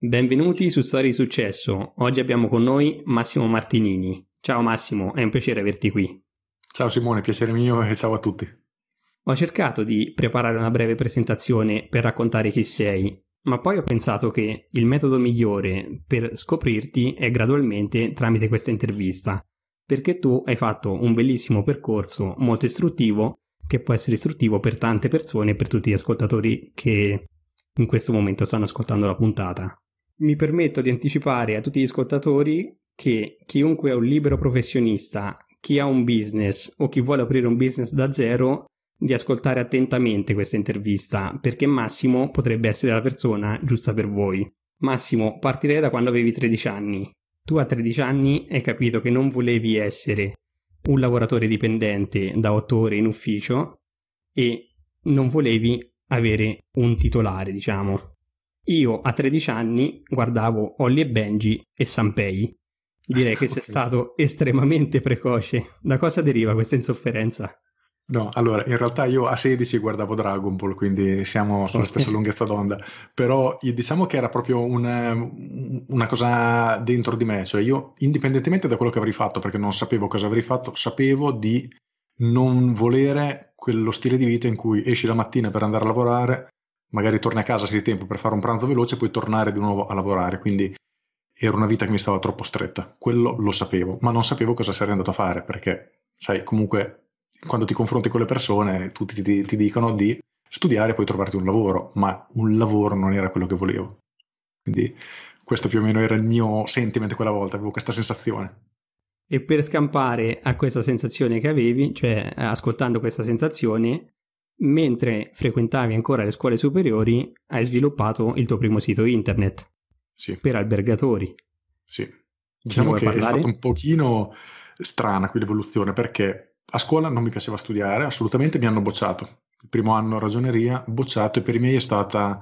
Benvenuti su Storie di Successo. Oggi abbiamo con noi Massimo Martinini. Ciao Massimo, è un piacere averti qui. Ciao Simone, piacere mio e ciao a tutti. Ho cercato di preparare una breve presentazione per raccontare chi sei, ma poi ho pensato che il metodo migliore per scoprirti è gradualmente tramite questa intervista, perché tu hai fatto un bellissimo percorso molto istruttivo che può essere istruttivo per tante persone e per tutti gli ascoltatori che in questo momento stanno ascoltando la puntata. Mi permetto di anticipare a tutti gli ascoltatori che chiunque è un libero professionista, chi ha un business o chi vuole aprire un business da zero, di ascoltare attentamente questa intervista, perché Massimo potrebbe essere la persona giusta per voi. Massimo, partirei da quando avevi 13 anni. Tu a 13 anni hai capito che non volevi essere un lavoratore dipendente da 8 ore in ufficio e non volevi avere un titolare, diciamo. Io a 13 anni guardavo Holly e Benji e Sanpei. Direi che sei stato estremamente precoce. Da cosa deriva questa insofferenza? No, allora, in realtà io a 16 guardavo Dragon Ball, quindi siamo sulla stessa lunghezza d'onda, però diciamo che era proprio una cosa dentro di me, cioè io, indipendentemente da quello che avrei fatto, perché non sapevo cosa avrei fatto, sapevo di non volere quello stile di vita in cui esci la mattina per andare a lavorare, magari torni a casa se hai tempo per fare un pranzo veloce e poi tornare di nuovo a lavorare, quindi era una vita che mi stava troppo stretta, quello lo sapevo, ma non sapevo cosa sarei andato a fare, perché sai, comunque quando ti confronti con le persone tutti ti dicono di studiare e poi trovarti un lavoro, ma un lavoro non era quello che volevo. Quindi questo più o meno era il mio sentiment quella volta, avevo questa sensazione. E per scampare a questa sensazione che avevi, cioè ascoltando questa sensazione, mentre frequentavi ancora le scuole superiori, hai sviluppato il tuo primo sito internet. Sì. Per albergatori. Sì. Diciamo che parlare? È stata un pochino strana qui l'evoluzione, perché a scuola non mi piaceva studiare, assolutamente mi hanno bocciato. Il primo anno ragioneria, bocciato, e per i miei è stata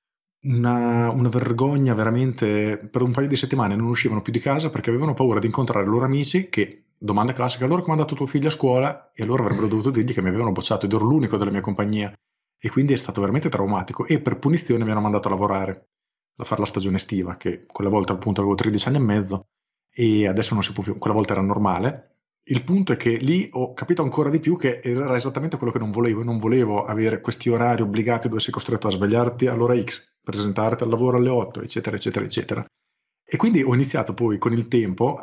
una vergogna veramente. Per un paio di settimane non uscivano più di casa perché avevano paura di incontrare i loro amici che, domanda classica, allora come è andato tuo figlio a scuola? E loro avrebbero dovuto dirgli che mi avevano bocciato ed ero l'unico della mia compagnia. E quindi è stato veramente traumatico e per punizione mi hanno mandato a lavorare, a fare la stagione estiva, che quella volta appunto avevo 13 anni e mezzo e adesso non si può più, quella volta era normale. Il punto è che lì ho capito ancora di più che era esattamente quello che non volevo avere questi orari obbligati dove sei costretto a svegliarti all'ora X, presentarti al lavoro alle 8, eccetera, eccetera, eccetera. E quindi ho iniziato poi con il tempo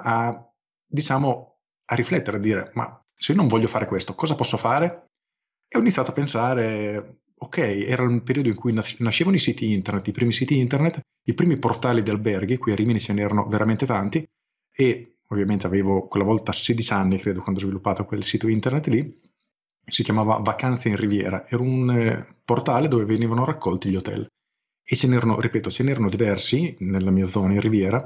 diciamo, a riflettere, a dire, ma se io non voglio fare questo, cosa posso fare? E ho iniziato a pensare, ok, era un periodo in cui nascevano i siti internet, i primi siti internet, i primi portali di alberghi, qui a Rimini ce n'erano veramente tanti, e ovviamente avevo quella volta 16 anni, credo, quando ho sviluppato quel sito internet lì, si chiamava Vacanze in Riviera, era un portale dove venivano raccolti gli hotel. E ce n'erano, ripeto, ce n'erano diversi nella mia zona in Riviera,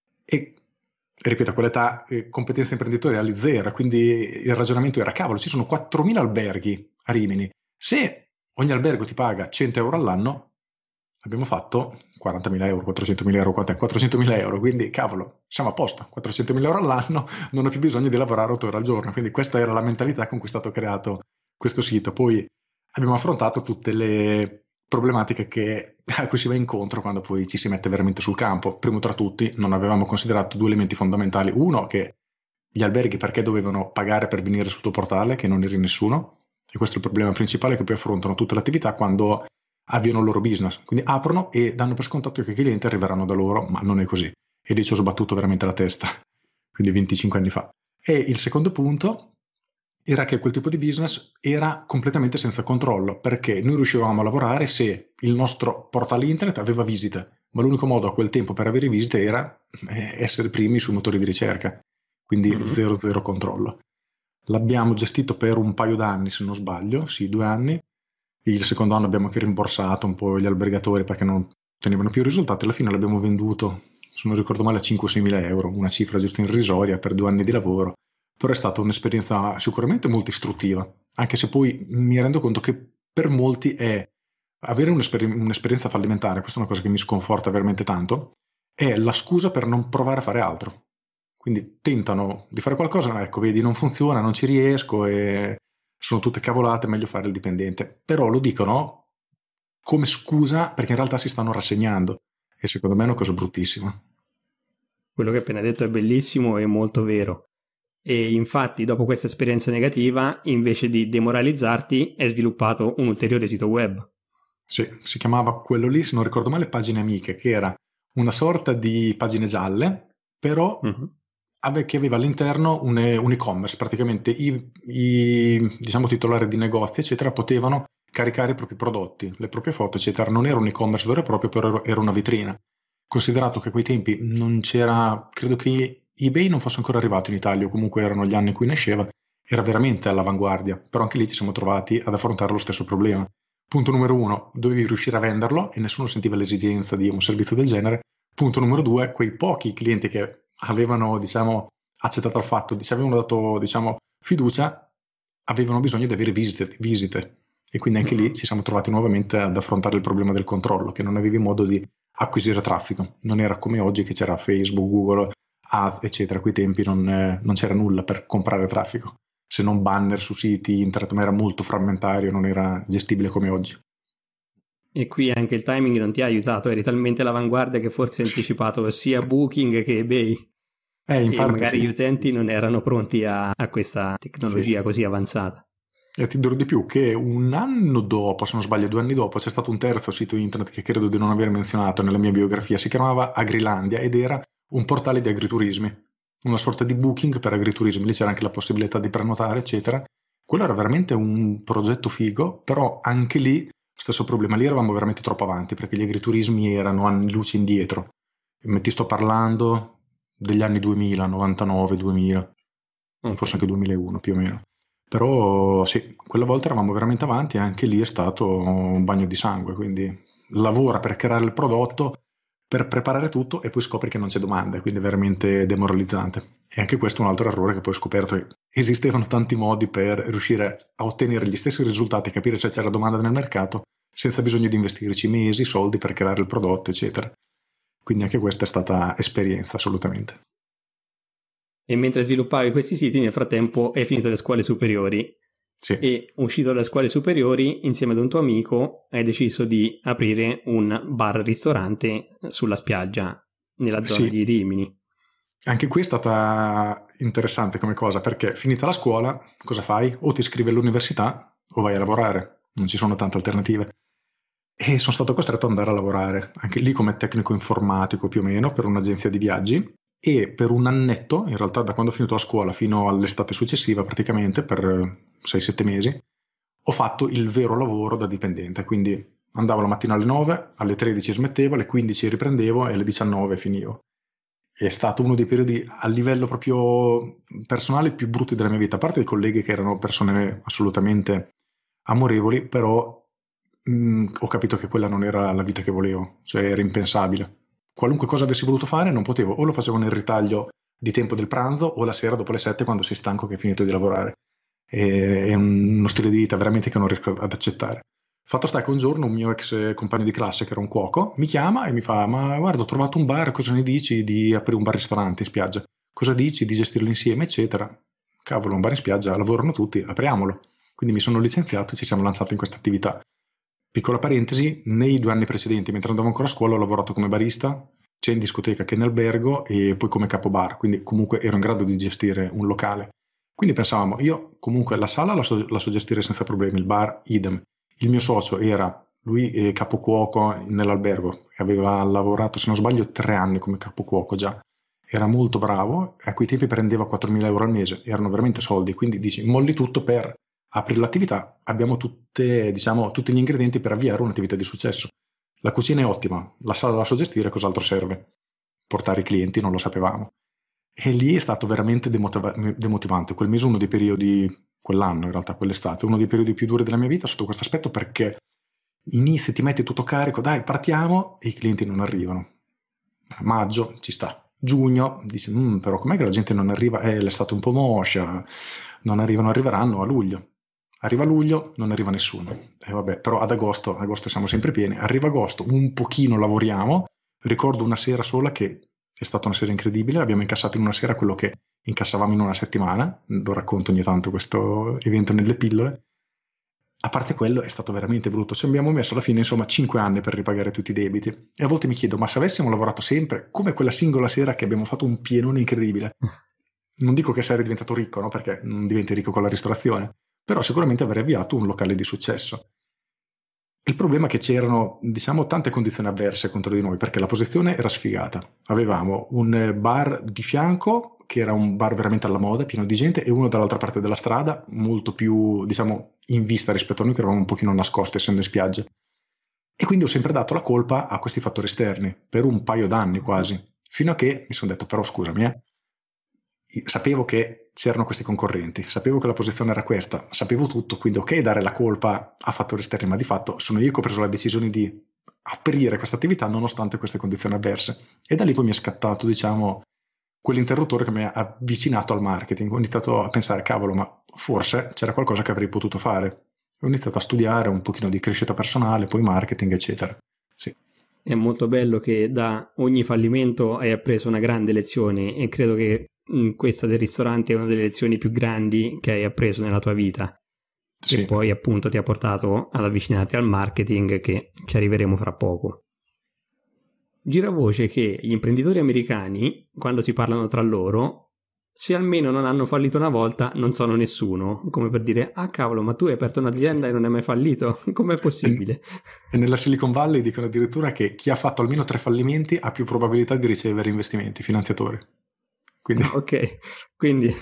e ripeto, a quell'età competenze imprenditoriali zero, quindi il ragionamento era, cavolo, ci sono 4.000 alberghi a Rimini, se ogni albergo ti paga 100 euro all'anno, abbiamo fatto 40.000 euro, 400.000 euro, quant'è? 400.000 euro, quindi cavolo, siamo a posto, 400.000 euro all'anno, non ho più bisogno di lavorare 8 ore al giorno, quindi questa era la mentalità con cui è stato creato questo sito. Poi abbiamo affrontato tutte le problematiche a cui si va incontro quando poi ci si mette veramente sul campo. Primo tra tutti, non avevamo considerato due elementi fondamentali. Uno, che gli alberghi perché dovevano pagare per venire sul tuo portale, che non eri nessuno, e questo è il problema principale, che poi affrontano tutte le attività quando avviano il loro business, quindi aprono e danno per scontato che i clienti arriveranno da loro, ma non è così, e lì ci ho sbattuto veramente la testa, quindi 25 anni fa. E il secondo punto era che quel tipo di business era completamente senza controllo, perché noi riuscivamo a lavorare se il nostro portale internet aveva visite, ma l'unico modo a quel tempo per avere visite era essere primi sui motori di ricerca, quindi zero controllo. L'abbiamo gestito per un paio d'anni, se non sbaglio, sì, 2 anni. Il secondo anno abbiamo anche rimborsato un po' gli albergatori perché non ottenevano più risultati. Alla fine l'abbiamo venduto, se non ricordo male, a 5-6 mila euro, una cifra giusto irrisoria per 2 anni di lavoro. Però è stata un'esperienza sicuramente molto istruttiva, anche se poi mi rendo conto che per molti è avere un'esperienza fallimentare, questa è una cosa che mi sconforta veramente tanto, è la scusa per non provare a fare altro. Quindi tentano di fare qualcosa, ecco, vedi, non funziona, non ci riesco e sono tutte cavolate, è meglio fare il dipendente. Però lo dicono come scusa perché in realtà si stanno rassegnando e secondo me è una cosa bruttissima. Quello che hai appena detto è bellissimo e molto vero. E infatti, dopo questa esperienza negativa, invece di demoralizzarti, hai sviluppato un ulteriore sito web. Sì, si chiamava quello lì, se non ricordo male, Pagine Amiche, che era una sorta di pagine gialle, però che aveva all'interno un e-commerce. Praticamente diciamo, titolari di negozi, eccetera, potevano caricare i propri prodotti, le proprie foto, eccetera. Non era un e-commerce vero e proprio, però era una vetrina. Considerato che a quei tempi non c'era, credo che eBay non fosse ancora arrivato in Italia, o comunque erano gli anni in cui nasceva, era veramente all'avanguardia, però anche lì ci siamo trovati ad affrontare lo stesso problema. Punto numero 1, dovevi riuscire a venderlo e nessuno sentiva l'esigenza di un servizio del genere. Punto numero 2, quei pochi clienti che avevano, diciamo, accettato il fatto, ci avevano dato, diciamo, fiducia, avevano bisogno di avere visite. E quindi anche lì ci siamo trovati nuovamente ad affrontare il problema del controllo, che non avevi modo di acquisire traffico. Non era come oggi che c'era Facebook, Google, Ads, eccetera. A quei tempi non c'era nulla per comprare traffico, se non banner su siti internet, ma era molto frammentario, non era gestibile come oggi. E qui anche il timing non ti ha aiutato, eri talmente all'avanguardia che forse hai anticipato sia Booking che eBay. E magari sì. Gli utenti non erano pronti a questa tecnologia così avanzata. E ti dirò di più che un anno dopo, se non sbaglio 2 anni dopo, c'è stato un terzo sito internet che credo di non aver menzionato nella mia biografia, si chiamava Agrilandia ed era un portale di agriturismi, una sorta di Booking per agriturismi, lì c'era anche la possibilità di prenotare, eccetera. Quello era veramente un progetto figo, però anche lì, stesso problema, lì eravamo veramente troppo avanti, perché gli agriturismi erano anni luce indietro. Ti sto parlando degli anni 2000, 99, 2000, forse anche 2001 più o meno. Però sì, quella volta eravamo veramente avanti e anche lì è stato un bagno di sangue, quindi lavora per creare il prodotto, per preparare tutto e poi scopri che non c'è domanda, quindi è veramente demoralizzante. E anche questo è un altro errore che poi ho scoperto che esistevano tanti modi per riuscire a ottenere gli stessi risultati e capire se c'era domanda nel mercato senza bisogno di investirci mesi, soldi per creare il prodotto, eccetera. Quindi anche questa è stata esperienza assolutamente. E mentre sviluppavi questi siti, nel frattempo hai finito le scuole superiori. Sì. E uscito dalle scuole superiori, insieme ad un tuo amico, hai deciso di aprire un bar-ristorante sulla spiaggia, nella zona di Rimini. Anche qui è stata interessante come cosa, perché finita la scuola, cosa fai? O ti iscrivi all'università o vai a lavorare, non ci sono tante alternative. E sono stato costretto ad andare a lavorare, anche lì come tecnico informatico più o meno, per un'agenzia di viaggi, e per un annetto, in realtà da quando ho finito la scuola fino all'estate successiva praticamente, per 6-7 mesi, ho fatto il vero lavoro da dipendente, quindi andavo la mattina alle 9, alle 13 smettevo, alle 15 riprendevo e alle 19 finivo. È stato uno dei periodi a livello proprio personale più brutti della mia vita, a parte i colleghi che erano persone assolutamente amorevoli, però ho capito che quella non era la vita che volevo, cioè era impensabile. Qualunque cosa avessi voluto fare non potevo, o lo facevo nel ritaglio di tempo del pranzo o la sera dopo le 7 quando sei stanco che hai finito di lavorare. È uno stile di vita veramente che non riesco ad accettare. Fatto sta che un giorno un mio ex compagno di classe, che era un cuoco, mi chiama e mi fa: ma guarda, ho trovato un bar, cosa ne dici di aprire un bar-ristorante in spiaggia? Cosa dici di gestirlo insieme, eccetera? Cavolo, un bar in spiaggia, lavorano tutti, apriamolo. Quindi mi sono licenziato e ci siamo lanciati in questa attività. Piccola parentesi, nei 2 anni precedenti, mentre andavo ancora a scuola, ho lavorato come barista, sia in discoteca che in albergo e poi come capobar, quindi comunque ero in grado di gestire un locale. Quindi pensavamo, io comunque la sala la so gestire senza problemi, il bar idem. Il mio socio era, lui capocuoco nell'albergo, aveva lavorato, se non sbaglio, 3 anni come capocuoco già. Era molto bravo, a quei tempi prendeva 4.000 euro al mese, erano veramente soldi, quindi dici, molli tutto per aprire l'attività, abbiamo tutti gli ingredienti per avviare un'attività di successo. La cucina è ottima, la sala la so gestire, cos'altro serve? Portare i clienti, non lo sapevamo. E lì è stato veramente demotivante. Quel mese, uno dei periodi, quell'anno in realtà, quell'estate, uno dei periodi più duri della mia vita sotto questo aspetto, perché inizi, ti metti tutto carico, dai, partiamo, e i clienti non arrivano. A maggio ci sta. Giugno dici, però com'è che la gente non arriva? L'estate è un po' moscia, non arriveranno a luglio. Arriva luglio, non arriva nessuno. Vabbè, però ad agosto siamo sempre pieni. Arriva agosto, un pochino lavoriamo. Ricordo una sera sola che è stata una sera incredibile. Abbiamo incassato in una sera quello che incassavamo in una settimana. Lo racconto ogni tanto questo evento nelle pillole. a parte quello è stato veramente brutto. Ci abbiamo messo alla fine, insomma, 5 anni per ripagare tutti i debiti. E a volte mi chiedo, ma se avessimo lavorato sempre, come quella singola sera che abbiamo fatto un pienone incredibile? Non dico che sarei diventato ricco, no? Perché non diventi ricco con la ristorazione, però sicuramente avrei avviato un locale di successo. Il problema è che c'erano, diciamo, tante condizioni avverse contro di noi, perché la posizione era sfigata. Avevamo un bar di fianco, che era un bar veramente alla moda, pieno di gente, e uno dall'altra parte della strada, molto più, diciamo, in vista rispetto a noi, che eravamo un pochino nascosti, essendo in spiaggia. E quindi ho sempre dato la colpa a questi fattori esterni, per un paio d'anni quasi, fino a che mi sono detto, però scusami, sapevo che c'erano questi concorrenti, sapevo che la posizione era questa, sapevo tutto, quindi ok dare la colpa a fattori esterni, ma di fatto sono io che ho preso la decisione di aprire questa attività nonostante queste condizioni avverse. E da lì poi mi è scattato, diciamo, quell'interruttore che mi ha avvicinato al marketing. Ho iniziato a pensare, cavolo, ma forse c'era qualcosa che avrei potuto fare. Ho iniziato a studiare un pochino di crescita personale, poi marketing, eccetera. Sì. È molto bello che da ogni fallimento hai appreso una grande lezione, e credo che questa del ristorante è una delle lezioni più grandi che hai appreso nella tua vita, Sì. e poi appunto ti ha portato ad avvicinarti al marketing, che ci arriveremo fra poco. Gira voce che gli imprenditori americani, quando si parlano tra loro, se almeno non hanno fallito una volta, non sono nessuno, come per dire, ah cavolo, ma tu hai aperto un'azienda e non hai mai fallito? Com'è possibile? E nella Silicon Valley dicono addirittura che chi ha fatto almeno 3 fallimenti ha più probabilità di ricevere investimenti, finanziatori. Quindi... Ok, quindi...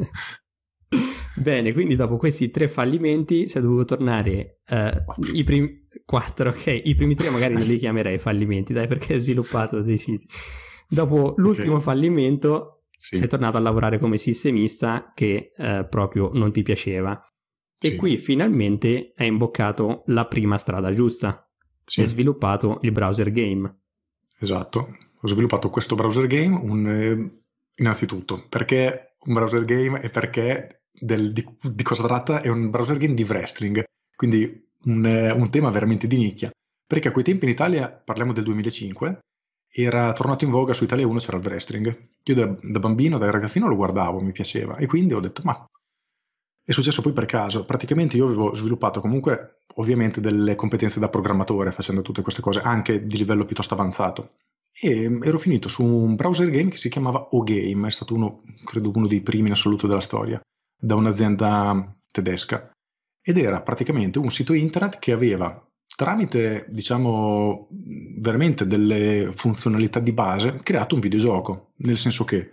Bene, quindi dopo questi 3 fallimenti sei dovuto tornare i primi 4, ok? I primi 3 magari non li chiamerei fallimenti, dai, perché hai sviluppato dei siti. Dopo l'ultimo fallimento sei tornato a lavorare come sistemista, che proprio non ti piaceva. E qui finalmente hai imboccato la prima strada giusta. Hai sviluppato il browser game. Esatto, ho sviluppato questo browser game innanzitutto perché un browser game e perché di cosa tratta? È un browser game di wrestling, quindi un tema veramente di nicchia, perché a quei tempi in Italia, parliamo del 2005, era tornato in voga, su Italia 1 c'era il wrestling. Io da bambino, da ragazzino lo guardavo, mi piaceva, e quindi ho detto, ma è successo poi per caso. Praticamente io avevo sviluppato comunque ovviamente delle competenze da programmatore facendo tutte queste cose, anche di livello piuttosto avanzato. E ero finito su un browser game che si chiamava O-Game, è stato credo uno dei primi in assoluto della storia, da un'azienda tedesca. Ed era praticamente un sito internet che aveva, tramite, diciamo, veramente delle funzionalità di base, creato un videogioco, nel senso che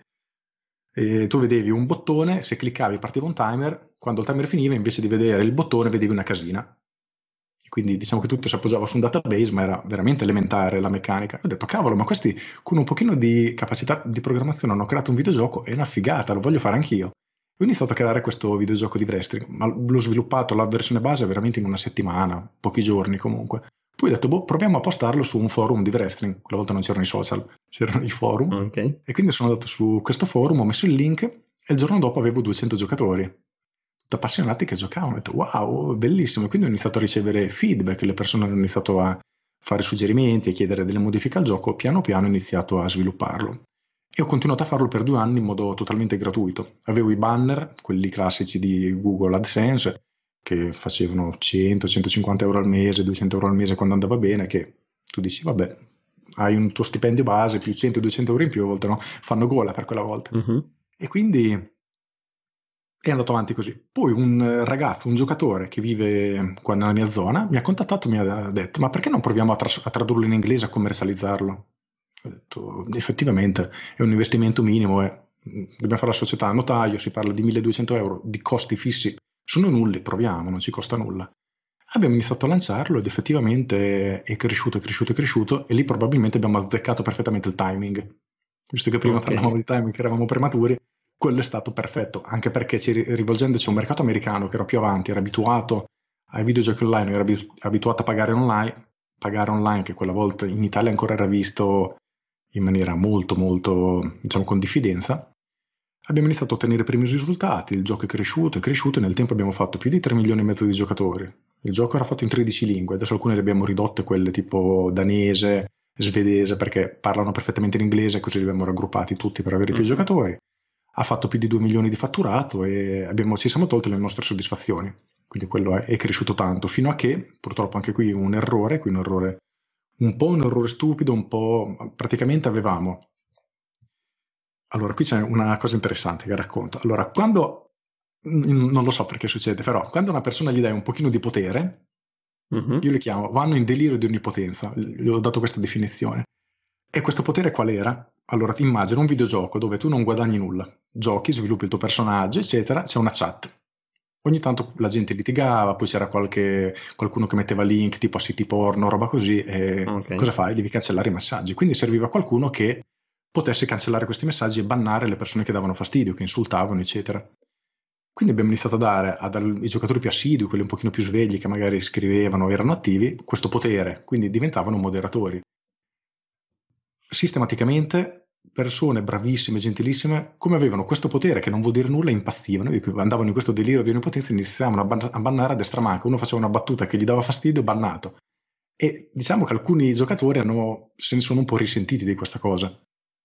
tu vedevi un bottone, se cliccavi partiva un timer, quando il timer finiva invece di vedere il bottone vedevi una casina. Quindi diciamo che tutto si appoggiava su un database, ma era veramente elementare la meccanica. Ho detto, cavolo, ma questi con un pochino di capacità di programmazione hanno creato un videogioco, è una figata, lo voglio fare anch'io. Ho iniziato a creare questo videogioco di wrestling, ma l'ho sviluppato, la versione base, veramente in una settimana, pochi giorni comunque. Poi ho detto, proviamo a postarlo su un forum di wrestling. Quella volta non c'erano i social, c'erano i forum. Okay. E quindi sono andato su questo forum, ho messo il link e il giorno dopo avevo 200 giocatori appassionati che giocavano. Ho detto wow, bellissimo. E quindi ho iniziato a ricevere feedback, le persone hanno iniziato a fare suggerimenti e chiedere delle modifiche al gioco. Piano piano ho iniziato a svilupparlo e ho continuato a farlo per 2 anni in modo totalmente gratuito. Avevo i banner, quelli classici di Google AdSense, che facevano 100-150 euro al mese, 200 euro al mese quando andava bene, che tu dici vabbè, hai un tuo stipendio base più 100-200 euro in più, a volte no, fanno gola per quella volta. E quindi è andato avanti così. Poi un ragazzo, un giocatore che vive qua nella mia zona, mi ha contattato e mi ha detto, ma perché non proviamo a tradurlo in inglese, a commercializzarlo? Ho detto, effettivamente è un investimento minimo, dobbiamo fare la società a notaio, si parla di 1200 euro di costi fissi, sono nulli, proviamo, non ci costa nulla. Abbiamo iniziato a lanciarlo ed effettivamente è cresciuto e lì probabilmente abbiamo azzeccato perfettamente il timing. Visto che prima parlavamo di timing, che eravamo prematuri, quello è stato perfetto, anche perché rivolgendoci a un mercato americano che era più avanti, era abituato ai videogiochi online, era abituato a pagare online, che quella volta in Italia ancora era visto in maniera molto, molto, diciamo, con diffidenza. Abbiamo iniziato a ottenere i primi risultati, il gioco è cresciuto e nel tempo abbiamo fatto più di 3 milioni e mezzo di giocatori. Il gioco era fatto in 13 lingue, adesso alcune le abbiamo ridotte, quelle tipo danese, svedese, perché parlano perfettamente l'inglese, così li abbiamo raggruppati tutti per avere più giocatori. Ha fatto più di 2 milioni di fatturato e ci siamo tolti le nostre soddisfazioni. quindi quello è cresciuto tanto, fino a che purtroppo anche qui un errore stupido, un po' praticamente avevamo. Allora, qui c'è una cosa interessante che racconto. Allora, quando, non lo so perché succede, però quando a una persona gli dai un pochino di potere, io li chiamo, vanno in delirio di onnipotenza, gli ho dato questa definizione. E questo potere qual era? Allora, ti immagino un videogioco dove tu non guadagni nulla, giochi, sviluppi il tuo personaggio, eccetera, c'è una chat. Ogni tanto la gente litigava, poi c'era qualcuno che metteva link tipo a siti porno, roba così, e cosa fai? Devi cancellare i messaggi. Quindi serviva qualcuno che potesse cancellare questi messaggi e bannare le persone che davano fastidio, che insultavano, eccetera. Quindi abbiamo iniziato a dare ai giocatori più assidui, quelli un pochino più svegli, che magari scrivevano, erano attivi, questo potere, quindi diventavano moderatori. Sistematicamente persone bravissime, gentilissime, come avevano questo potere che non vuol dire nulla, impazzivano, andavano in questo delirio di onnipotenza e iniziavano a bannare a destra manca. Uno faceva una battuta che gli dava fastidio, bannato. E diciamo che alcuni giocatori se ne sono un po' risentiti di questa cosa.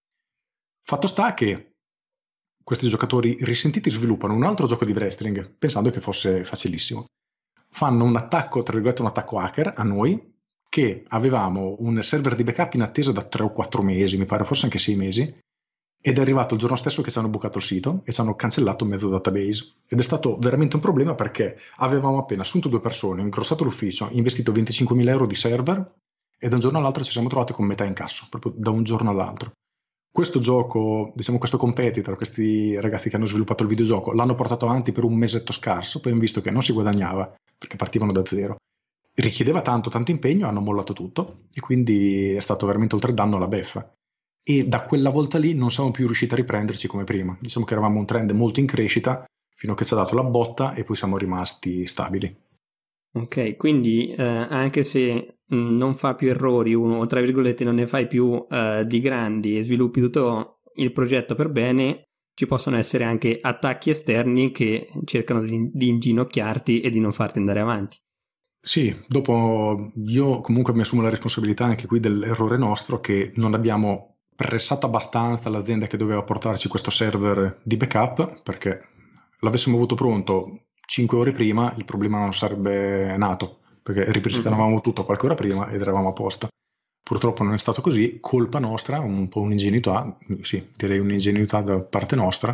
Fatto sta che questi giocatori risentiti sviluppano un altro gioco di wrestling pensando che fosse facilissimo. Fanno un attacco, tra virgolette un attacco hacker a noi, che avevamo un server di backup in attesa da 3 o 4 mesi, mi pare, forse anche 6 mesi, ed è arrivato il giorno stesso che ci hanno bucato il sito e ci hanno cancellato mezzo database. Ed è stato veramente un problema perché avevamo appena assunto 2 persone, ingrossato l'ufficio, investito 25.000 euro di server e da un giorno all'altro ci siamo trovati con metà incasso, proprio da un giorno all'altro. Questo gioco, diciamo questo competitor, questi ragazzi che hanno sviluppato il videogioco, l'hanno portato avanti per un mesetto scarso, poi hanno visto che non si guadagnava perché partivano da zero. Richiedeva tanto impegno, hanno mollato tutto e quindi è stato veramente oltre il danno la beffa. E da quella volta lì non siamo più riusciti a riprenderci come prima. Diciamo che eravamo un trend molto in crescita fino a che ci ha dato la botta e poi siamo rimasti stabili. Ok, quindi anche se non fa più errori uno, tra virgolette non ne fai più di grandi e sviluppi tutto il progetto per bene, ci possono essere anche attacchi esterni che cercano di inginocchiarti e di non farti andare avanti. Sì, dopo io comunque mi assumo la responsabilità anche qui dell'errore nostro che non abbiamo pressato abbastanza l'azienda che doveva portarci questo server di backup, perché l'avessimo avuto pronto 5 ore prima il problema non sarebbe nato, perché ripristinavamo tutto qualche ora prima ed eravamo a posto. Purtroppo non è stato così, colpa nostra, un po' un'ingenuità, sì, direi un'ingenuità da parte nostra,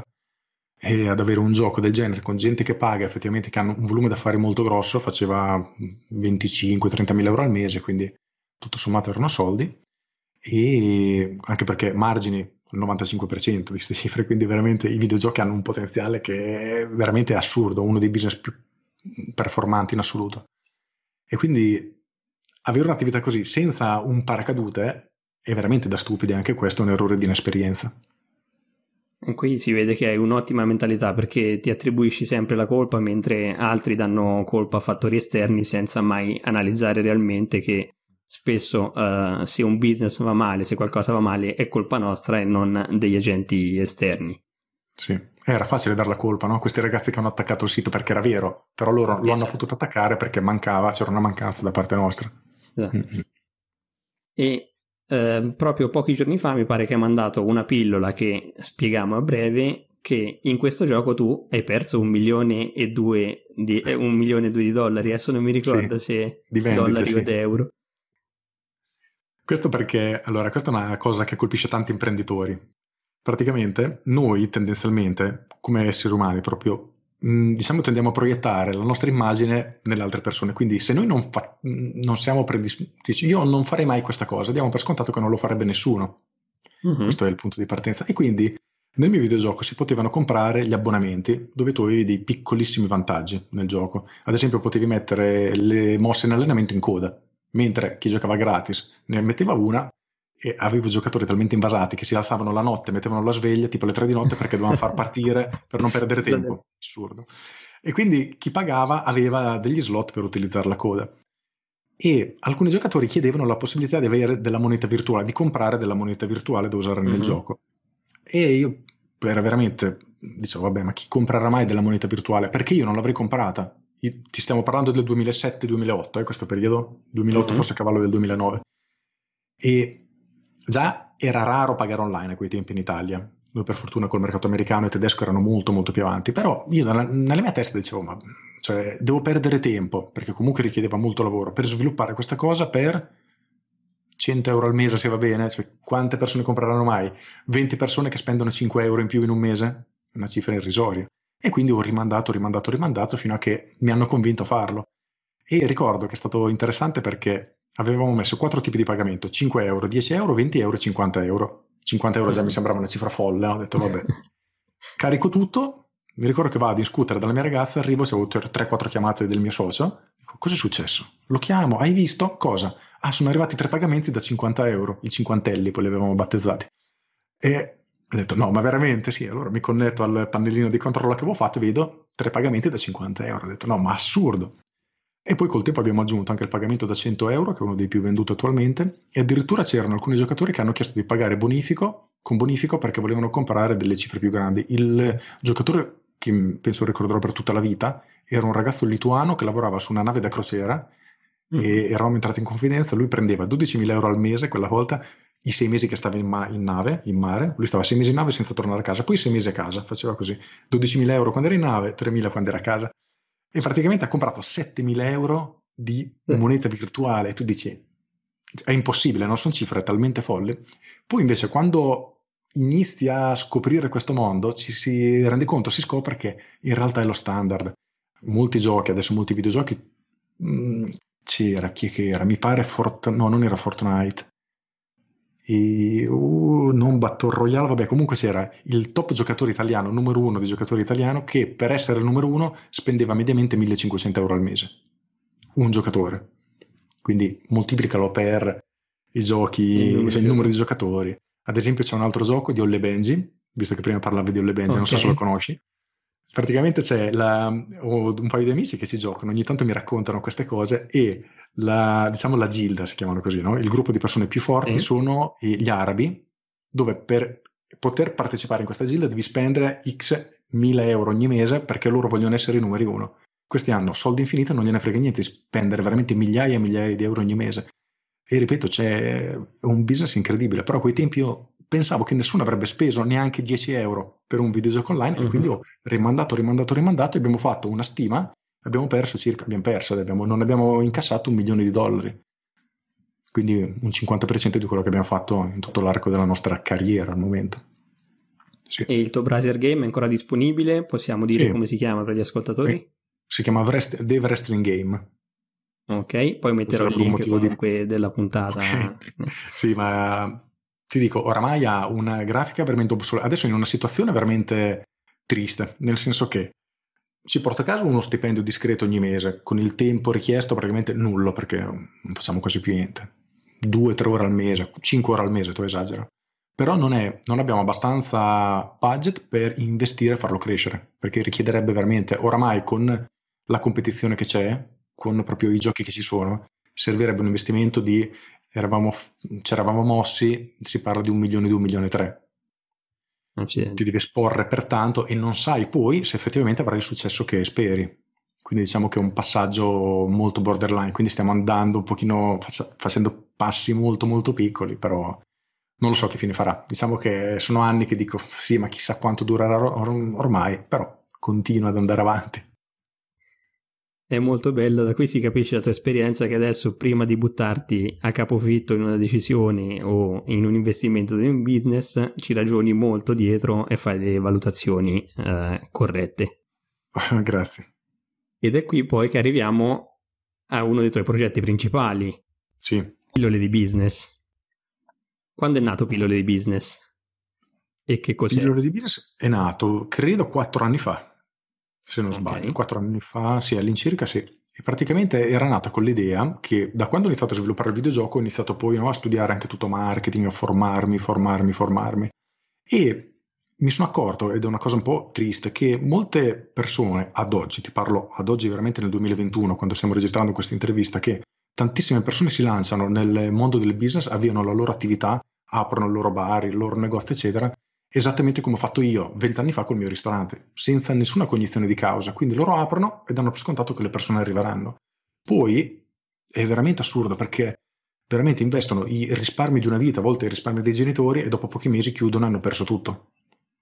e ad avere un gioco del genere con gente che paga effettivamente, che hanno un volume d'affari molto grosso, faceva 25-30 mila euro al mese, quindi tutto sommato erano soldi, e anche perché margini il 95% di queste cifre, quindi veramente i videogiochi hanno un potenziale che è veramente assurdo, uno dei business più performanti in assoluto. E quindi avere un'attività così senza un paracadute è veramente da stupidi, anche questo è un errore di inesperienza. E qui si vede che hai un'ottima mentalità perché ti attribuisci sempre la colpa mentre altri danno colpa a fattori esterni senza mai analizzare realmente che spesso se un business va male, se qualcosa va male è colpa nostra e non degli agenti esterni. Sì, era facile dar la colpa, no? Questi ragazzi che hanno attaccato il sito perché era vero, però loro lo hanno potuto attaccare perché c'era una mancanza da parte nostra. Esatto. E proprio pochi giorni fa mi pare che hai mandato una pillola che spieghiamo a breve, che in questo gioco tu hai perso 1,2 milioni di dollari, adesso non mi ricordo se dollari o euro. Questo perché, allora, questa è una cosa che colpisce tanti imprenditori. Praticamente noi tendenzialmente, come esseri umani proprio, diciamo tendiamo a proiettare la nostra immagine nelle altre persone, quindi se noi non siamo predisposti, io non farei mai questa cosa, diamo per scontato che non lo farebbe nessuno. Questo è il punto di partenza. E quindi nel mio videogioco si potevano comprare gli abbonamenti dove tu avevi dei piccolissimi vantaggi nel gioco. Ad esempio potevi mettere le mosse in allenamento in coda, mentre chi giocava gratis ne metteva una, e avevo giocatori talmente invasati che si alzavano la notte, mettevano la sveglia tipo alle 3 di notte perché dovevano far partire per non perdere tempo. Assurdo. E quindi chi pagava aveva degli slot per utilizzare la coda. E alcuni giocatori chiedevano la possibilità di avere della moneta virtuale, di comprare della moneta virtuale da usare nel gioco. E io era veramente, dicevo, vabbè, ma chi comprerà mai della moneta virtuale? Perché io non l'avrei comprata? Ti stiamo parlando del 2007-2008, questo periodo, 2008 forse a cavallo del 2009. E già era raro pagare online a quei tempi in Italia. Noi per fortuna col mercato americano e tedesco erano molto molto più avanti, però io nella mia testa dicevo, ma cioè, devo perdere tempo, perché comunque richiedeva molto lavoro, per sviluppare questa cosa per 100 euro al mese, se va bene, cioè, quante persone compreranno mai? 20 persone che spendono 5 euro in più in un mese? Una cifra irrisoria. E quindi ho rimandato fino a che mi hanno convinto a farlo. E ricordo che è stato interessante perché avevamo messo 4 tipi di pagamento: 5 euro, 10 euro, 20 euro e 50 euro. 50 euro già mi sembrava una cifra folle, ho detto vabbè, carico tutto. Mi ricordo che vado in scooter dalla mia ragazza, arrivo, c'è avuto 3-4 chiamate del mio socio, dico, cosa è successo? Lo chiamo, hai visto? Cosa? Ah, sono arrivati 3 pagamenti da 50 euro, i cinquantelli, poi li avevamo battezzati. E ho detto, no, ma veramente? Sì, allora mi connetto al pannellino di controllo che avevo fatto e vedo 3 pagamenti da 50 euro. Ho detto, no, ma assurdo. E poi col tempo abbiamo aggiunto anche il pagamento da 100 euro, che è uno dei più venduti attualmente, e addirittura c'erano alcuni giocatori che hanno chiesto di pagare con bonifico perché volevano comprare delle cifre più grandi. Il giocatore, che penso ricorderò per tutta la vita, era un ragazzo lituano che lavorava su una nave da crociera e eravamo entrati in confidenza. Lui prendeva 12.000 euro al mese quella volta, i 6 mesi che stava in mare, lui stava 6 mesi in nave senza tornare a casa, poi 6 mesi a casa, faceva così, 12.000 euro quando era in nave, 3.000 quando era a casa. E praticamente ha comprato 7.000 euro di moneta virtuale. Tu dici, è impossibile, non sono cifre talmente folli. Poi invece quando inizi a scoprire questo mondo, ci si rende conto, si scopre che in realtà è lo standard. Molti giochi, adesso molti videogiochi, c'era, chi che era? Mi pare, no, non era Fortnite. Non Battle Royale, vabbè, comunque c'era il top giocatore italiano, numero 1 di giocatore italiano, che per essere il numero 1 spendeva mediamente 1.500 euro al mese, un giocatore. Quindi moltiplicalo per i giochi, il numero di giocatori. Ad esempio c'è un altro gioco di Olle Benji, visto che prima parlavi di Olle Benji, non so se lo conosci. Praticamente ho un paio di amici che ci giocano, ogni tanto mi raccontano queste cose, e diciamo la gilda, si chiamano così, no? Il gruppo di persone più forti sono gli arabi, dove per poter partecipare in questa gilda devi spendere x 1.000 euro ogni mese perché loro vogliono essere i numeri 1. Questi hanno soldi infiniti e non gliene frega niente di spendere veramente migliaia e migliaia di euro ogni mese. E ripeto, c'è un business incredibile, però a quei tempi io pensavo che nessuno avrebbe speso neanche 10 euro per un videogioco online, e quindi ho rimandato e abbiamo fatto una stima, non abbiamo incassato $1 milione. Quindi un 50% di quello che abbiamo fatto in tutto l'arco della nostra carriera al momento. Sì. E il tuo browser game è ancora disponibile? Possiamo dire come si chiama per gli ascoltatori? Si chiama Dave Wrestling Game. Ok, poi metterò il link comunque della puntata. Sì, ma ti dico, oramai ha una grafica veramente obsoleta. Adesso è in una situazione veramente triste, nel senso che ci porta a casa uno stipendio discreto ogni mese, con il tempo richiesto praticamente nullo, perché non facciamo quasi più niente. 2-3 ore al mese, 5 ore al mese, tu esagero. Però non abbiamo abbastanza budget per investire e farlo crescere, perché richiederebbe veramente, oramai con la competizione che c'è, con proprio i giochi che ci sono, servirebbe un investimento ci eravamo mossi, si parla di 1 milione, 2 milioni e 3. Ti devi esporre pertanto e non sai poi se effettivamente avrai il successo che speri. Quindi diciamo che è un passaggio molto borderline, quindi stiamo andando un pochino facendo passi molto molto piccoli, però non lo so che fine farà. Diciamo che sono anni che dico sì, ma chissà quanto durerà ormai, però continua ad andare avanti. È molto bello, da qui si capisce la tua esperienza, che adesso prima di buttarti a capofitto in una decisione o in un investimento di un business ci ragioni molto dietro e fai delle valutazioni corrette. Grazie. Ed è qui poi che arriviamo a uno dei tuoi progetti principali. Sì. Pillole di business. Quando è nato Pillole di business? E che cos'è? Pillole di business è nato, credo, 4 anni fa. Se non sbaglio, 4 anni fa, sì, all'incirca sì. E praticamente era nata con l'idea che da quando ho iniziato a sviluppare il videogioco ho iniziato poi a studiare anche tutto marketing, a formarmi. E mi sono accorto, ed è una cosa un po' triste, che molte persone ad oggi, ti parlo ad oggi veramente nel 2021, quando stiamo registrando questa intervista, che tantissime persone si lanciano nel mondo del business, avviano la loro attività, aprono il loro bar, il loro negozio, eccetera, esattamente come ho fatto io 20 anni fa col mio ristorante, senza nessuna cognizione di causa. Quindi loro aprono e danno per scontato che le persone arriveranno. Poi è veramente assurdo, perché veramente investono i risparmi di una vita, a volte i risparmi dei genitori, e dopo pochi mesi chiudono e hanno perso tutto.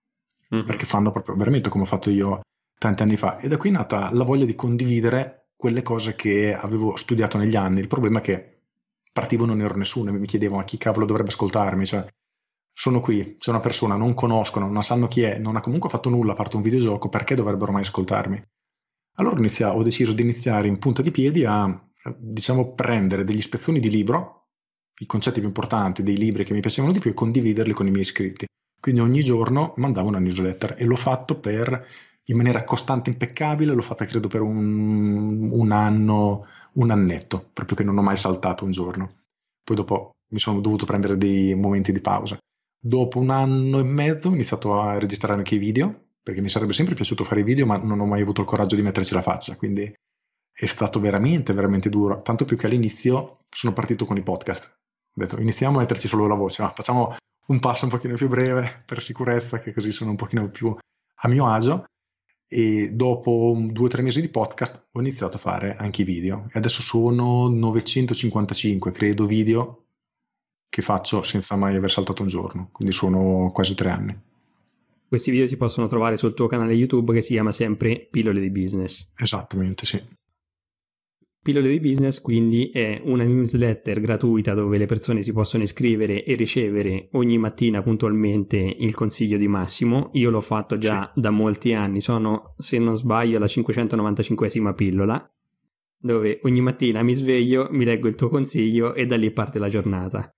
perché fanno proprio veramente come ho fatto io tanti anni fa. E da qui è nata la voglia di condividere quelle cose che avevo studiato negli anni. Il problema è che partivo non ero nessuno e mi chiedevo ma chi cavolo dovrebbe ascoltarmi? Cioè, sono qui, c'è una persona, non conoscono, non sanno chi è, non ha comunque fatto nulla a parte un videogioco, perché dovrebbero mai ascoltarmi? Allora ho deciso di iniziare in punta di piedi a, diciamo, prendere degli spezzoni di libro, i concetti più importanti dei libri che mi piacevano di più, e condividerli con i miei iscritti. Quindi ogni giorno mandavo una newsletter e l'ho fatto in maniera costante, impeccabile, l'ho fatta credo per un anno, un annetto, proprio che non ho mai saltato un giorno. Poi dopo mi sono dovuto prendere dei momenti di pausa. Dopo un anno e mezzo ho iniziato a registrare anche i video, perché mi sarebbe sempre piaciuto fare i video, ma non ho mai avuto il coraggio di metterci la faccia, quindi è stato veramente, veramente duro. Tanto più che all'inizio sono partito con i podcast. Ho detto, iniziamo a metterci solo la voce, ma facciamo un passo un pochino più breve per sicurezza, che così sono un pochino più a mio agio. E dopo 2 o 3 mesi di podcast ho iniziato a fare anche i video. E adesso sono 955, credo, video che faccio senza mai aver saltato un giorno. Quindi sono quasi 3 anni. Questi video si possono trovare sul tuo canale YouTube che si chiama sempre Pillole di Business. Esattamente, sì. Pillole di Business quindi è una newsletter gratuita dove le persone si possono iscrivere e ricevere ogni mattina puntualmente il consiglio di Massimo. Io l'ho fatto già da molti anni, sono, se non sbaglio, la 595esima pillola, dove ogni mattina mi sveglio, mi leggo il tuo consiglio e da lì parte la giornata.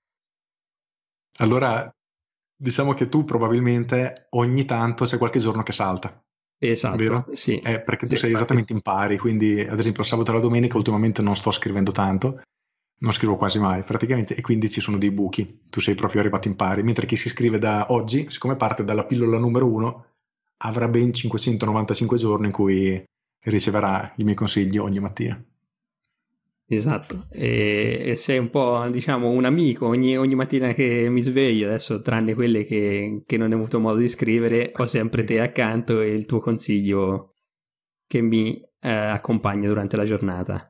Allora, diciamo che tu probabilmente ogni tanto c'è qualche giorno che salta. Esatto, vero? sì. Perché tu Sì, sei esattamente in pari, quindi ad esempio sabato e la domenica ultimamente non sto scrivendo tanto, non scrivo quasi mai praticamente, e quindi ci sono dei buchi, tu sei proprio arrivato in pari, mentre chi si iscrive da oggi, siccome parte dalla pillola numero 1, avrà ben 595 giorni in cui riceverà i miei consigli ogni mattina. Esatto, e sei un po', diciamo, un amico ogni mattina che mi sveglio, adesso tranne quelle che non ho avuto modo di scrivere, ho sempre te accanto e il tuo consiglio che mi accompagna durante la giornata.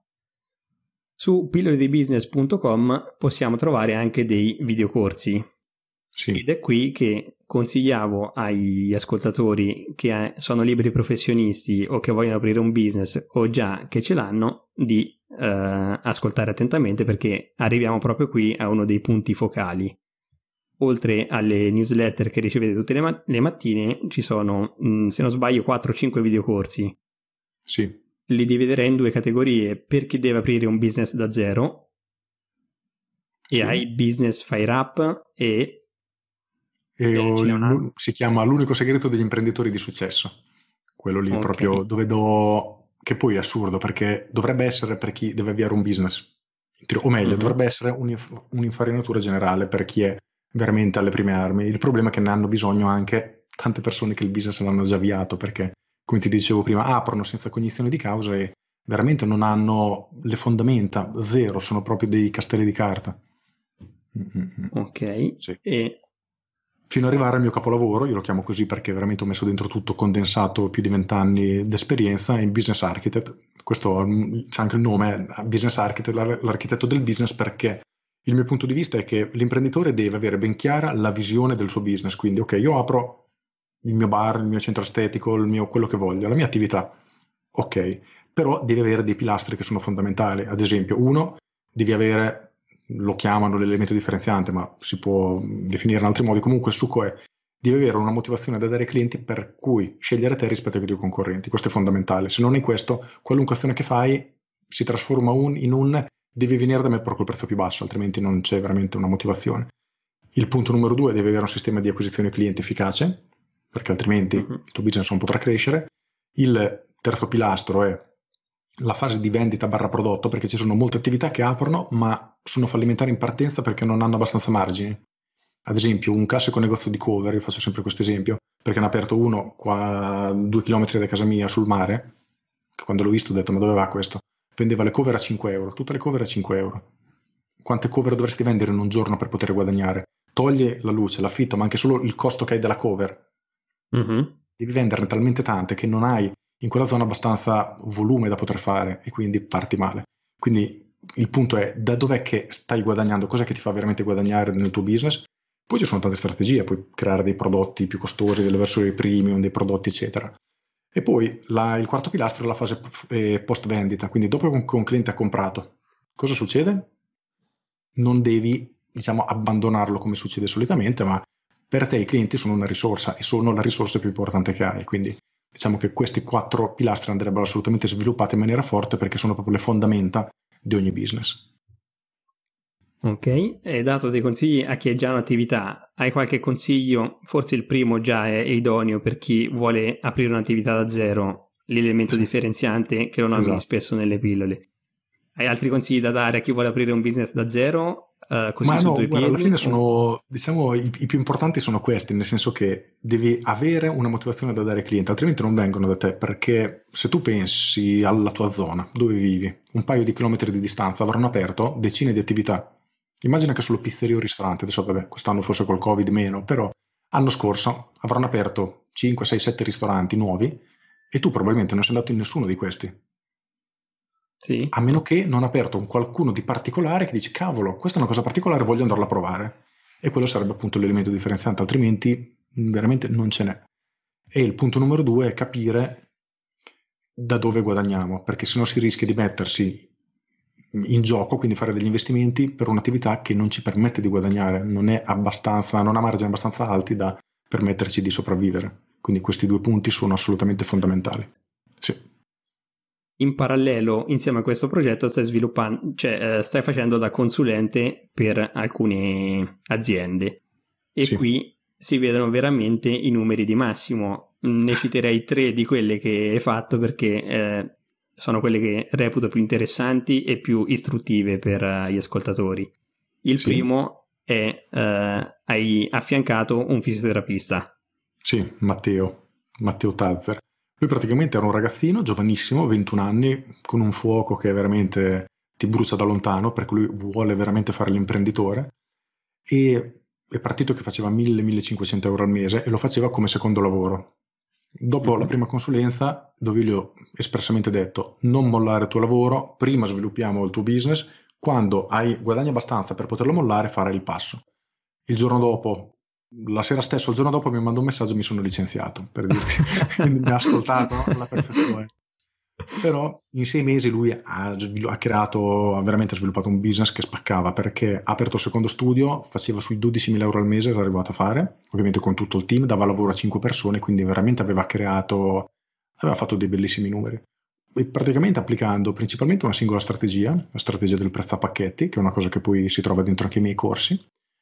Su pilloledibusiness.com possiamo trovare anche dei videocorsi. Ed è qui che consigliavo agli ascoltatori che sono liberi professionisti o che vogliono aprire un business o già che ce l'hanno di ascoltare attentamente, perché arriviamo proprio qui a uno dei punti focali. Oltre alle newsletter che ricevete tutte le mattine ci sono, se non sbaglio, 4-5 videocorsi. Sì. Li dividerei in 2 categorie: per chi deve aprire un business da zero, e hai Business Fire Up e si chiama L'unico segreto degli imprenditori di successo, quello lì proprio dove che poi è assurdo perché dovrebbe essere per chi deve avviare un business, o meglio dovrebbe essere un'infarinatura generale per chi è veramente alle prime armi. Il problema è che ne hanno bisogno anche tante persone che il business l'hanno già avviato, perché come ti dicevo prima aprono senza cognizione di causa e veramente non hanno le fondamenta, zero, sono proprio dei castelli di carta. Ok, sì. E fino ad arrivare al mio capolavoro, io lo chiamo così perché veramente ho messo dentro tutto, condensato più di 20 anni d'esperienza in Business Architect. Questo c'è anche il nome, Business Architect, l'architetto del business, perché il mio punto di vista è che l'imprenditore deve avere ben chiara la visione del suo business. Quindi, ok, io apro il mio bar, il mio centro estetico, quello che voglio, la mia attività. Ok, però devi avere dei pilastri che sono fondamentali. Ad esempio, uno, devi avere, lo chiamano l'elemento differenziante, ma si può definire in altri modi. Comunque il succo è, devi avere una motivazione da dare ai clienti per cui scegliere te rispetto ai tuoi concorrenti. Questo è fondamentale. Se non hai questo, qualunque azione che fai si trasforma in un devi venire da me per quel prezzo più basso, altrimenti non c'è veramente una motivazione. Il punto numero 2, devi avere un sistema di acquisizione cliente efficace, perché altrimenti il tuo business non potrà crescere. Il terzo pilastro è la fase di vendita / prodotto, perché ci sono molte attività che aprono ma sono fallimentari in partenza perché non hanno abbastanza margini. Ad esempio un classico negozio di cover, io faccio sempre questo esempio perché ne ha aperto uno qua a 2 chilometri da casa mia sul mare, che quando l'ho visto ho detto ma dove va questo? Vendeva le cover a 5 euro, tutte le cover a 5 euro. Quante cover dovresti vendere in un giorno per poter guadagnare? Togli la luce, l'affitto, ma anche solo il costo che hai della cover. Devi venderne talmente tante che non hai in quella zona abbastanza volume da poter fare e quindi parti male. Quindi il punto è da dov'è che stai guadagnando, cos'è che ti fa veramente guadagnare nel tuo business, Poi ci sono tante strategie, puoi creare dei prodotti più costosi, delle versioni premium, dei prodotti eccetera. E poi il quarto pilastro è la fase post vendita, quindi dopo che un cliente ha comprato, cosa succede? Non devi, diciamo, abbandonarlo come succede solitamente, ma per te i clienti sono una risorsa e sono la risorsa più importante che hai, quindi diciamo che questi 4 pilastri andrebbero assolutamente sviluppati in maniera forte perché sono proprio le fondamenta di ogni business. Ok, hai dato dei consigli a chi è già in attività. Hai qualche consiglio? Forse il primo già è idoneo per chi vuole aprire un'attività da zero, l'elemento Sì, differenziante che lo nomini esatto. spesso nelle pillole. Hai altri consigli da dare a chi vuole aprire un business da zero, così Ma su no, due guarda, alla piedi? fine sono, diciamo, i più importanti sono questi, nel senso che devi avere una motivazione da dare ai clienti, altrimenti non vengono da te, perché se tu pensi alla tua zona, dove vivi, un paio di chilometri di distanza avranno aperto decine di attività. Immagina che solo pizzeria o ristorante, adesso vabbè, quest'anno forse col Covid meno, però l'anno scorso avranno aperto 5, 6, 7 ristoranti nuovi e tu probabilmente non sei andato in nessuno di questi. Sì, A meno ok. che non ha aperto un qualcuno di particolare che dice cavolo, questa è una cosa particolare, voglio andarla a provare. E quello sarebbe appunto l'elemento differenziante, altrimenti veramente non ce n'è. E il punto numero 2 è capire da dove guadagniamo, perché se no si rischia di mettersi in gioco, quindi fare degli investimenti per un'attività che non ci permette di guadagnare, non è abbastanza, non ha margini abbastanza alti da permetterci di sopravvivere. Quindi questi 2 punti sono assolutamente fondamentali. Sì, In parallelo, insieme a questo progetto, stai sviluppando, cioè stai facendo da consulente per alcune aziende e sì. qui si vedono veramente i numeri di Massimo. Ne citerei 3 di quelle che hai fatto perché sono quelle che reputo più interessanti e più istruttive per gli ascoltatori. Il Sì. primo è hai affiancato un fisioterapista. Sì, Matteo Tazzer. Lui praticamente era un ragazzino giovanissimo, 21 anni, con un fuoco che veramente ti brucia da lontano, perché lui vuole veramente fare l'imprenditore, e è partito che faceva 1000-1500 euro al mese e lo faceva come secondo lavoro. Dopo la Mhm. prima consulenza, dove gli ho espressamente detto non mollare il tuo lavoro, prima sviluppiamo il tuo business, quando hai guadagni abbastanza per poterlo mollare farai il passo. Il giorno dopo, la sera stessa, il giorno dopo mi mandò un messaggio e mi sono licenziato, per dirti. Quindi mi ha ascoltato alla perfezione. Però in 6 mesi lui ha creato, ha veramente sviluppato un business che spaccava perché ha aperto il secondo studio, faceva sui 12.000 euro al mese, era arrivato a fare, ovviamente con tutto il team, dava lavoro a 5 persone, quindi veramente aveva fatto dei bellissimi numeri. E praticamente applicando principalmente una singola strategia, la strategia del prezzo a pacchetti, che è una cosa che poi si trova dentro anche i miei corsi,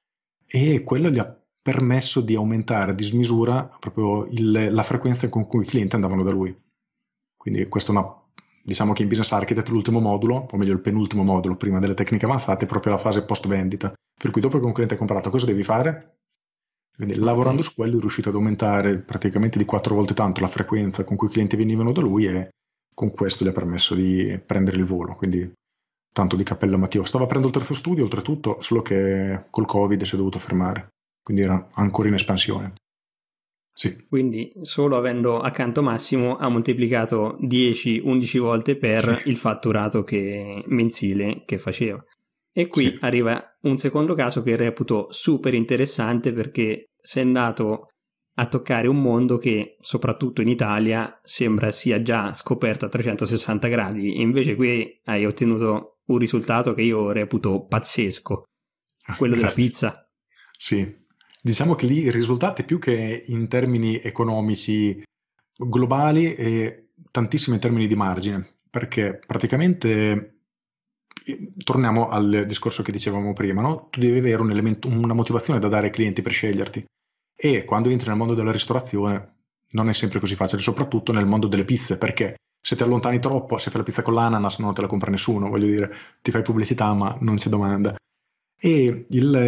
e quello gli ha permesso di aumentare a dismisura proprio la frequenza con cui i clienti andavano da lui. Quindi questo è diciamo che in Business Architect l'ultimo modulo, o meglio il penultimo modulo prima delle tecniche avanzate, è proprio la fase post vendita. Per cui dopo che un cliente ha comprato, cosa devi fare? Quindi Ok. lavorando su quello è riuscito ad aumentare praticamente di 4 volte tanto la frequenza con cui i clienti venivano da lui e con questo gli ha permesso di prendere il volo. Quindi tanto di cappello a Matteo. Stava aprendo il terzo studio, oltretutto, solo che col Covid si è dovuto fermare. Quindi era ancora in espansione. Sì, Quindi solo avendo accanto Massimo ha moltiplicato 10-11 volte sì, per il fatturato mensile che faceva. E sì. qui arriva un secondo caso che reputo super interessante perché sei andato a toccare un mondo che soprattutto in Italia sembra sia già scoperto a 360 gradi e invece qui hai ottenuto un risultato che io reputo pazzesco, quello della Grazie. pizza. Sì, diciamo che lì i risultati più che in termini economici globali e tantissimo in termini di margine, perché praticamente torniamo al discorso che dicevamo prima, no? Tu devi avere un elemento, una motivazione da dare ai clienti per sceglierti e quando entri nel mondo della ristorazione non è sempre così facile, soprattutto nel mondo delle pizze, perché se ti allontani troppo, se fai la pizza con l'ananas non te la compra nessuno, voglio dire, ti fai pubblicità ma non si domanda. E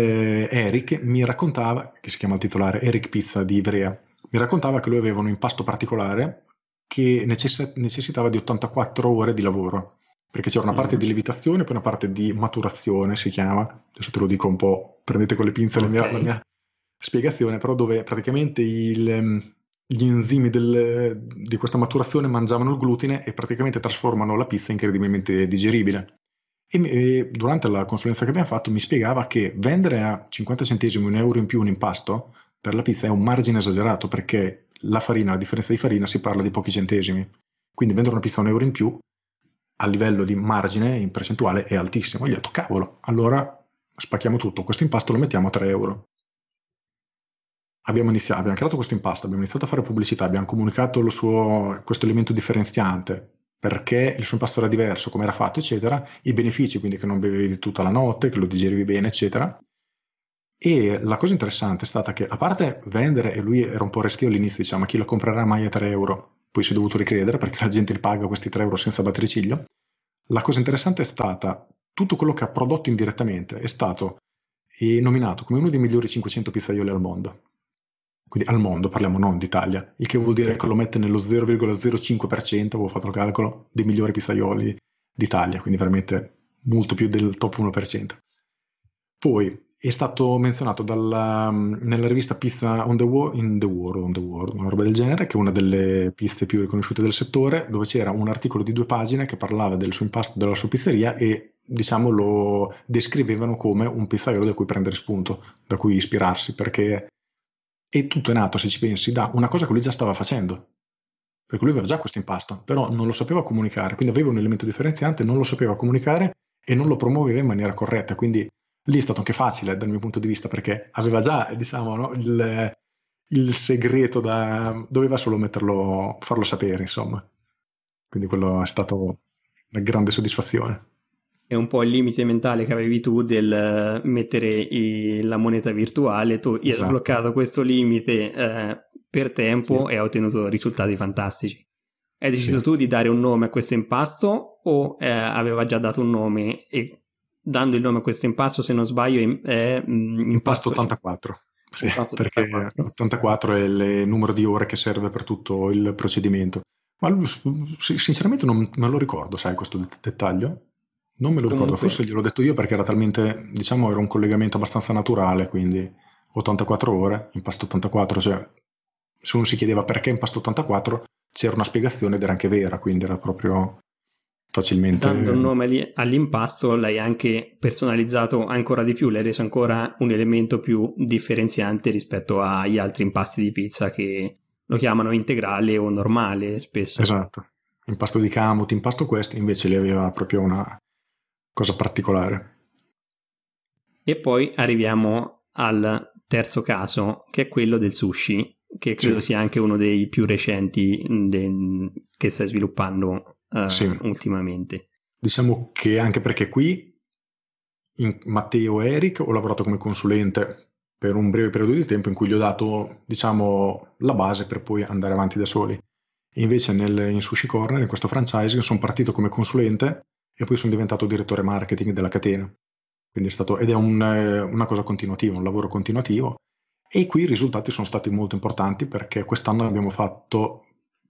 Eric mi raccontava, che si chiama il titolare, Eric Pizza di Ivrea, mi raccontava che lui aveva un impasto particolare che necessitava di 84 ore di lavoro, perché c'era una parte Mhm. di lievitazione e poi una parte di maturazione, si chiama, adesso te lo dico un po', prendete con le pinze Ok. la mia spiegazione, però dove praticamente gli enzimi di questa maturazione mangiavano il glutine e praticamente trasformano la pizza incredibilmente digeribile. E durante la consulenza che abbiamo fatto mi spiegava che vendere a 50 centesimi, un euro in più un impasto per la pizza è un margine esagerato, perché la farina, la differenza di farina, si parla di pochi centesimi. Quindi vendere una pizza a un euro in più a livello di margine in percentuale è altissimo. Gli ho detto, cavolo, allora spacchiamo tutto, questo impasto lo mettiamo a 3 euro. Abbiamo creato questo impasto, abbiamo iniziato a fare pubblicità, abbiamo comunicato questo elemento differenziante, perché il suo impasto era diverso, come era fatto, eccetera, i benefici, quindi che non bevevi tutta la notte, che lo digerivi bene, eccetera. E la cosa interessante è stata che, a parte vendere, e lui era un po' restio all'inizio, diciamo, ma chi lo comprerà mai a 3 euro? Poi si è dovuto ricredere perché la gente li paga questi 3 euro senza battere ciglio. La cosa interessante è stata tutto quello che ha prodotto indirettamente è stato nominato come uno dei migliori 500 pizzaioli al mondo. Quindi al mondo, parliamo non d'Italia, il che vuol dire che lo mette nello 0,05%, avevo fatto il calcolo, dei migliori pizzaioli d'Italia, quindi veramente molto più del top 1%. Poi è stato menzionato nella rivista Pizza on the World, una roba del genere, che è una delle piste più riconosciute del settore, dove c'era un articolo di 2 pagine che parlava del suo impasto, della sua pizzeria e diciamo lo descrivevano come un pizzaiolo da cui prendere spunto, da cui ispirarsi, perché e tutto è nato, se ci pensi, da una cosa che lui già stava facendo. Perché lui aveva già questo impasto, però non lo sapeva comunicare, quindi aveva un elemento differenziante, non lo sapeva comunicare e non lo promuoveva in maniera corretta. Quindi lì è stato anche facile dal mio punto di vista, perché aveva già, diciamo, no, il segreto doveva solo farlo sapere, insomma. Quindi quello è stato una grande soddisfazione. È un po' il limite mentale che avevi tu del mettere la moneta virtuale, tu hai Esatto. sbloccato questo limite per tempo Sì. e hai ottenuto risultati fantastici. Hai deciso Sì. tu di dare un nome a questo impasto o aveva già dato un nome e dando il nome a questo impasto, se non sbaglio, è Impasto 84. Sì, impasto perché 84. 84 è il numero di ore che serve per tutto il procedimento. Ma sinceramente non me lo ricordo, sai, questo dettaglio? Non me lo ricordo, Comunque, forse gliel'ho detto io perché era talmente, diciamo, era un collegamento abbastanza naturale, quindi 84 ore, impasto 84, cioè se uno si chiedeva perché impasto 84 c'era una spiegazione ed era anche vera, quindi era proprio dando un facilmente... nome all'impasto, l'hai anche personalizzato ancora di più, l'hai reso ancora un elemento più differenziante rispetto agli altri impasti di pizza che lo chiamano integrale o normale spesso. Esatto, impasto di Camut, impasto questo, invece lì aveva proprio una cosa particolare. E poi arriviamo al terzo caso, che è quello del sushi, che credo Sì, sia anche uno dei più recenti che stai sviluppando sì. ultimamente. Diciamo che anche perché qui in Matteo e Eric ho lavorato come consulente per un breve periodo di tempo in cui gli ho dato, diciamo, la base per poi andare avanti da soli. E invece in Sushi Corner, in questo franchising, sono partito come consulente e poi sono diventato direttore marketing della catena. Quindi ed è una cosa continuativa, un lavoro continuativo. E qui i risultati sono stati molto importanti perché quest'anno abbiamo fatto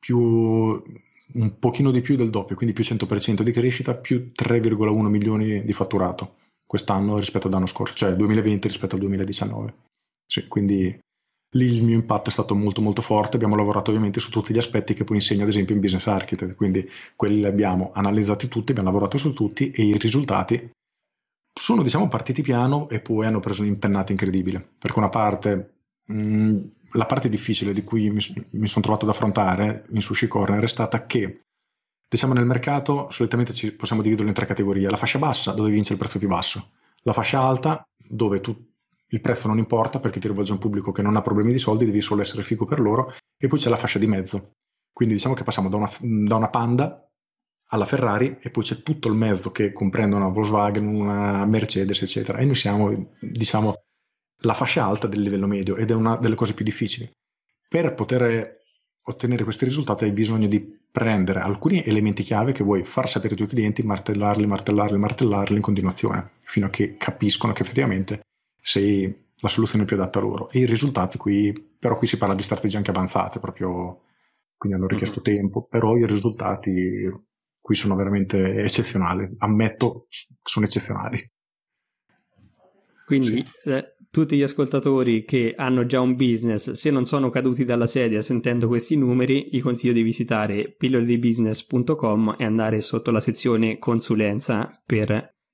un pochino di più del doppio, quindi più 100% di crescita, più 3,1 milioni di fatturato quest'anno rispetto all'anno scorso, cioè il 2020 rispetto al 2019. Sì, quindi lì il mio impatto è stato molto molto forte, abbiamo lavorato ovviamente su tutti gli aspetti che poi insegno ad esempio in Business Architect, quindi quelli li abbiamo analizzati tutti, abbiamo lavorato su tutti e i risultati sono diciamo partiti piano e poi hanno preso un'impennata incredibile, perché una parte, la parte difficile di cui mi sono trovato ad affrontare in Sushi Corner è stata che diciamo nel mercato solitamente ci possiamo dividerlo in 3 categorie, la fascia bassa dove vince il prezzo più basso, la fascia alta dove il prezzo non importa perché ti rivolge a un pubblico che non ha problemi di soldi, devi solo essere figo per loro, e poi c'è la fascia di mezzo. Quindi diciamo che passiamo da una Panda alla Ferrari e poi c'è tutto il mezzo che comprende una Volkswagen, una Mercedes, eccetera. E noi siamo, diciamo, la fascia alta del livello medio ed è una delle cose più difficili. Per poter ottenere questi risultati hai bisogno di prendere alcuni elementi chiave che vuoi far sapere ai tuoi clienti, martellarli in continuazione, fino a che capiscono che effettivamente sei la soluzione più adatta a loro. E i risultati però qui si parla di strategie anche avanzate, proprio, quindi hanno richiesto tempo, però i risultati qui sono veramente eccezionali, ammetto, sono eccezionali. Quindi tutti gli ascoltatori che hanno già un business, se non sono caduti dalla sedia sentendo questi numeri, vi consiglio di visitare pilloledibusiness.com e andare sotto la sezione consulenza per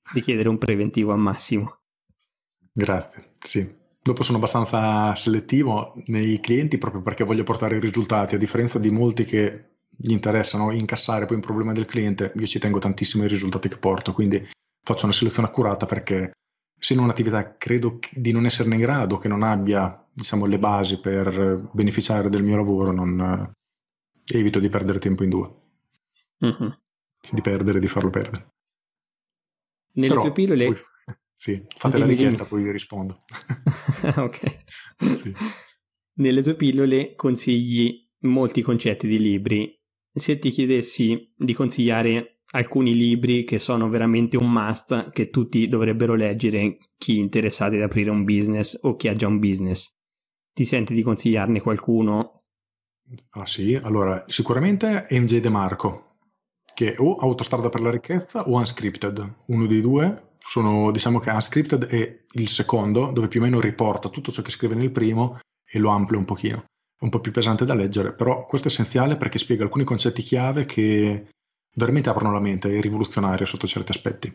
richiedere un preventivo a Massimo. Grazie, sì. Dopo sono abbastanza selettivo nei clienti proprio perché voglio portare i risultati, a differenza di molti che gli interessano incassare poi un problema del cliente, io ci tengo tantissimo ai risultati che porto, quindi faccio una selezione accurata perché se in un'attività credo di non esserne in grado, che non abbia, diciamo, le basi per beneficiare del mio lavoro, non evito di perdere tempo in due, di perdere, di farlo perdere. Nelle tue pillole... Poi, sì, fate la richiesta, poi vi rispondo. Ok. Sì. Nelle tue pillole consigli molti concetti di libri. Se ti chiedessi di consigliare alcuni libri che sono veramente un must, che tutti dovrebbero leggere, chi è interessato ad aprire un business o chi ha già un business, ti senti di consigliarne qualcuno? Ah sì, allora sicuramente MJ De Marco, che o Autostrada per la ricchezza o Unscripted, uno dei due. Diciamo che Unscripted è il secondo, dove più o meno riporta tutto ciò che scrive nel primo e lo amplia un pochino. È un po' più pesante da leggere, però questo è essenziale perché spiega alcuni concetti chiave che veramente aprono la mente, è rivoluzionario sotto certi aspetti.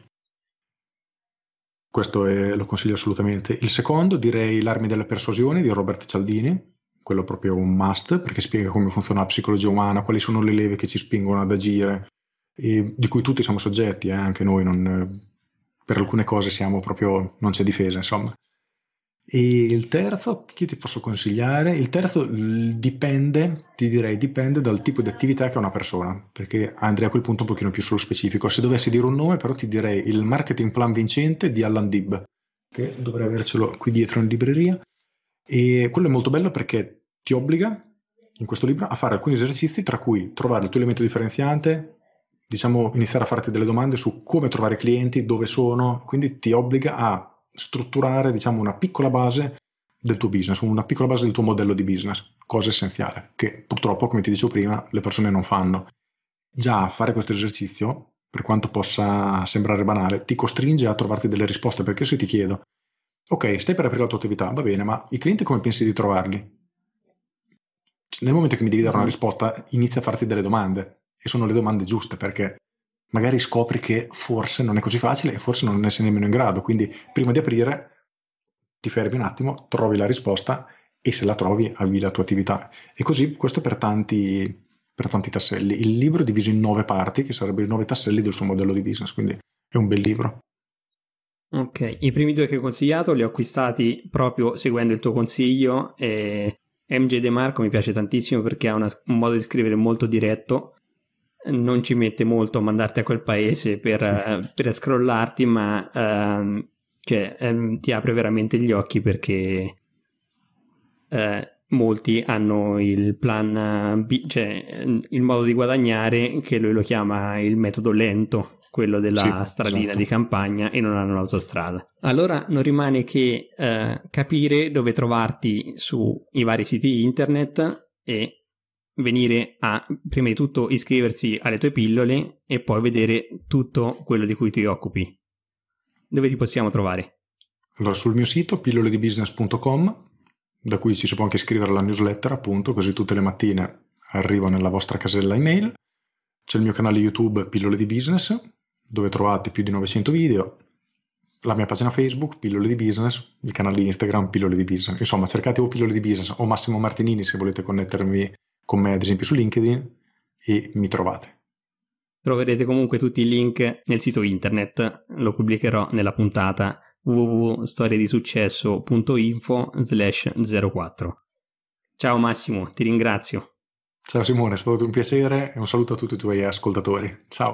Lo consiglio assolutamente. Il secondo direi L'Armi della persuasione di Robert Cialdini, quello è proprio un must perché spiega come funziona la psicologia umana, quali sono le leve che ci spingono ad agire, e di cui tutti siamo soggetti, anche noi per alcune cose non c'è difesa, insomma. E il terzo, che ti posso consigliare? Il terzo dipende dal tipo di attività che ha una persona, perché andrei a quel punto un pochino più sullo specifico. Se dovessi dire un nome, però ti direi Il Marketing Plan Vincente di Alan Dibb, che dovrei avercelo qui dietro in libreria. E quello è molto bello perché ti obbliga, in questo libro, a fare alcuni esercizi, tra cui trovare il tuo elemento differenziante, diciamo, iniziare a farti delle domande su come trovare clienti, dove sono, quindi ti obbliga a strutturare, diciamo, una piccola base del tuo business, una piccola base del tuo modello di business, cosa essenziale, che purtroppo, come ti dicevo prima, le persone non fanno. Già fare questo esercizio, per quanto possa sembrare banale, ti costringe a trovarti delle risposte, perché se ti chiedo, ok, stai per aprire la tua attività, va bene, ma i clienti come pensi di trovarli? Nel momento che mi devi dare una risposta, inizia a farti delle domande, e sono le domande giuste, perché magari scopri che forse non è così facile e forse non ne sei nemmeno in grado, quindi prima di aprire ti fermi un attimo, trovi la risposta e se la trovi avvii la tua attività. E così questo per tanti tasselli. Il libro è diviso in 9 parti, che sarebbero i 9 tasselli del suo modello di business, quindi è un bel libro. Ok, i primi 2 che hai consigliato li ho acquistati proprio seguendo il tuo consiglio e MJ De Marco mi piace tantissimo perché ha un modo di scrivere molto diretto, non ci mette molto a mandarti a quel paese per scrollarti, ma ti apre veramente gli occhi perché molti hanno il plan B, cioè il modo di guadagnare che lui lo chiama il metodo lento, quello della stradina esatto. di campagna, e non hanno l'autostrada. Allora non rimane che capire dove trovarti sui vari siti internet e venire a prima di tutto iscriversi alle tue pillole e poi vedere tutto quello di cui ti occupi. Dove ti possiamo trovare? Allora, sul mio sito pilloledibusiness.com, da cui ci si può anche iscrivere alla newsletter, appunto, così tutte le mattine arrivo nella vostra casella email. C'è il mio canale YouTube Pillole di Business, dove trovate più di 900 video, la mia pagina Facebook Pillole di Business, il canale Instagram Pillole di Business. Insomma, cercate o Pillole di Business o Massimo Martinini se volete connettermi con me, ad esempio su LinkedIn, e mi trovate. Troverete comunque tutti i link nel sito internet, lo pubblicherò nella puntata www.storiedisuccesso.info/04. Ciao Massimo, ti ringrazio. Ciao Simone, è stato un piacere e un saluto a tutti i tuoi ascoltatori. Ciao.